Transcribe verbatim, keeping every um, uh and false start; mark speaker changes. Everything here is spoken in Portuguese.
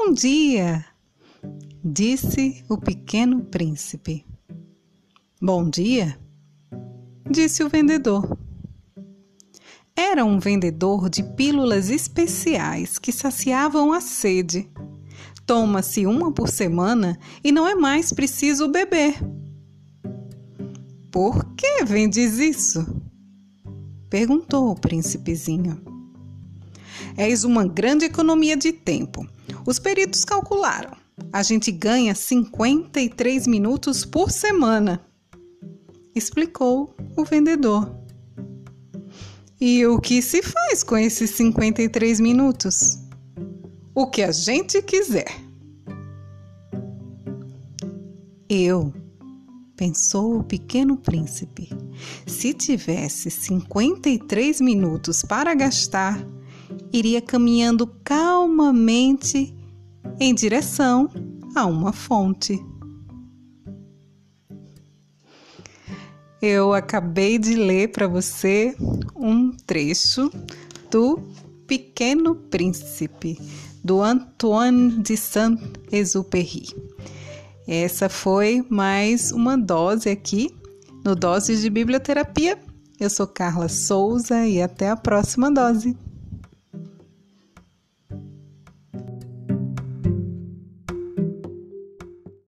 Speaker 1: Bom dia, disse o pequeno príncipe. Bom dia, disse o vendedor. Era um vendedor de pílulas especiais que saciavam a sede. Toma-se uma por semana e não é mais preciso beber. Por que vendes isso? Perguntou o príncipezinho. És uma grande economia de tempo. Os peritos calcularam. A gente ganha cinquenta e três minutos por semana, explicou o vendedor. E o que se faz com esses cinquenta e três minutos? O que a gente quiser. Eu, pensou o pequeno príncipe, se tivesse cinquenta e três minutos para gastar, iria caminhando calmamente em direção a uma fonte. Eu acabei de ler para você um trecho do Pequeno Príncipe, do Antoine de Saint-Exupéry. Essa foi mais uma dose aqui no Doses de Biblioterapia. Eu sou Carla Souza e até a próxima dose.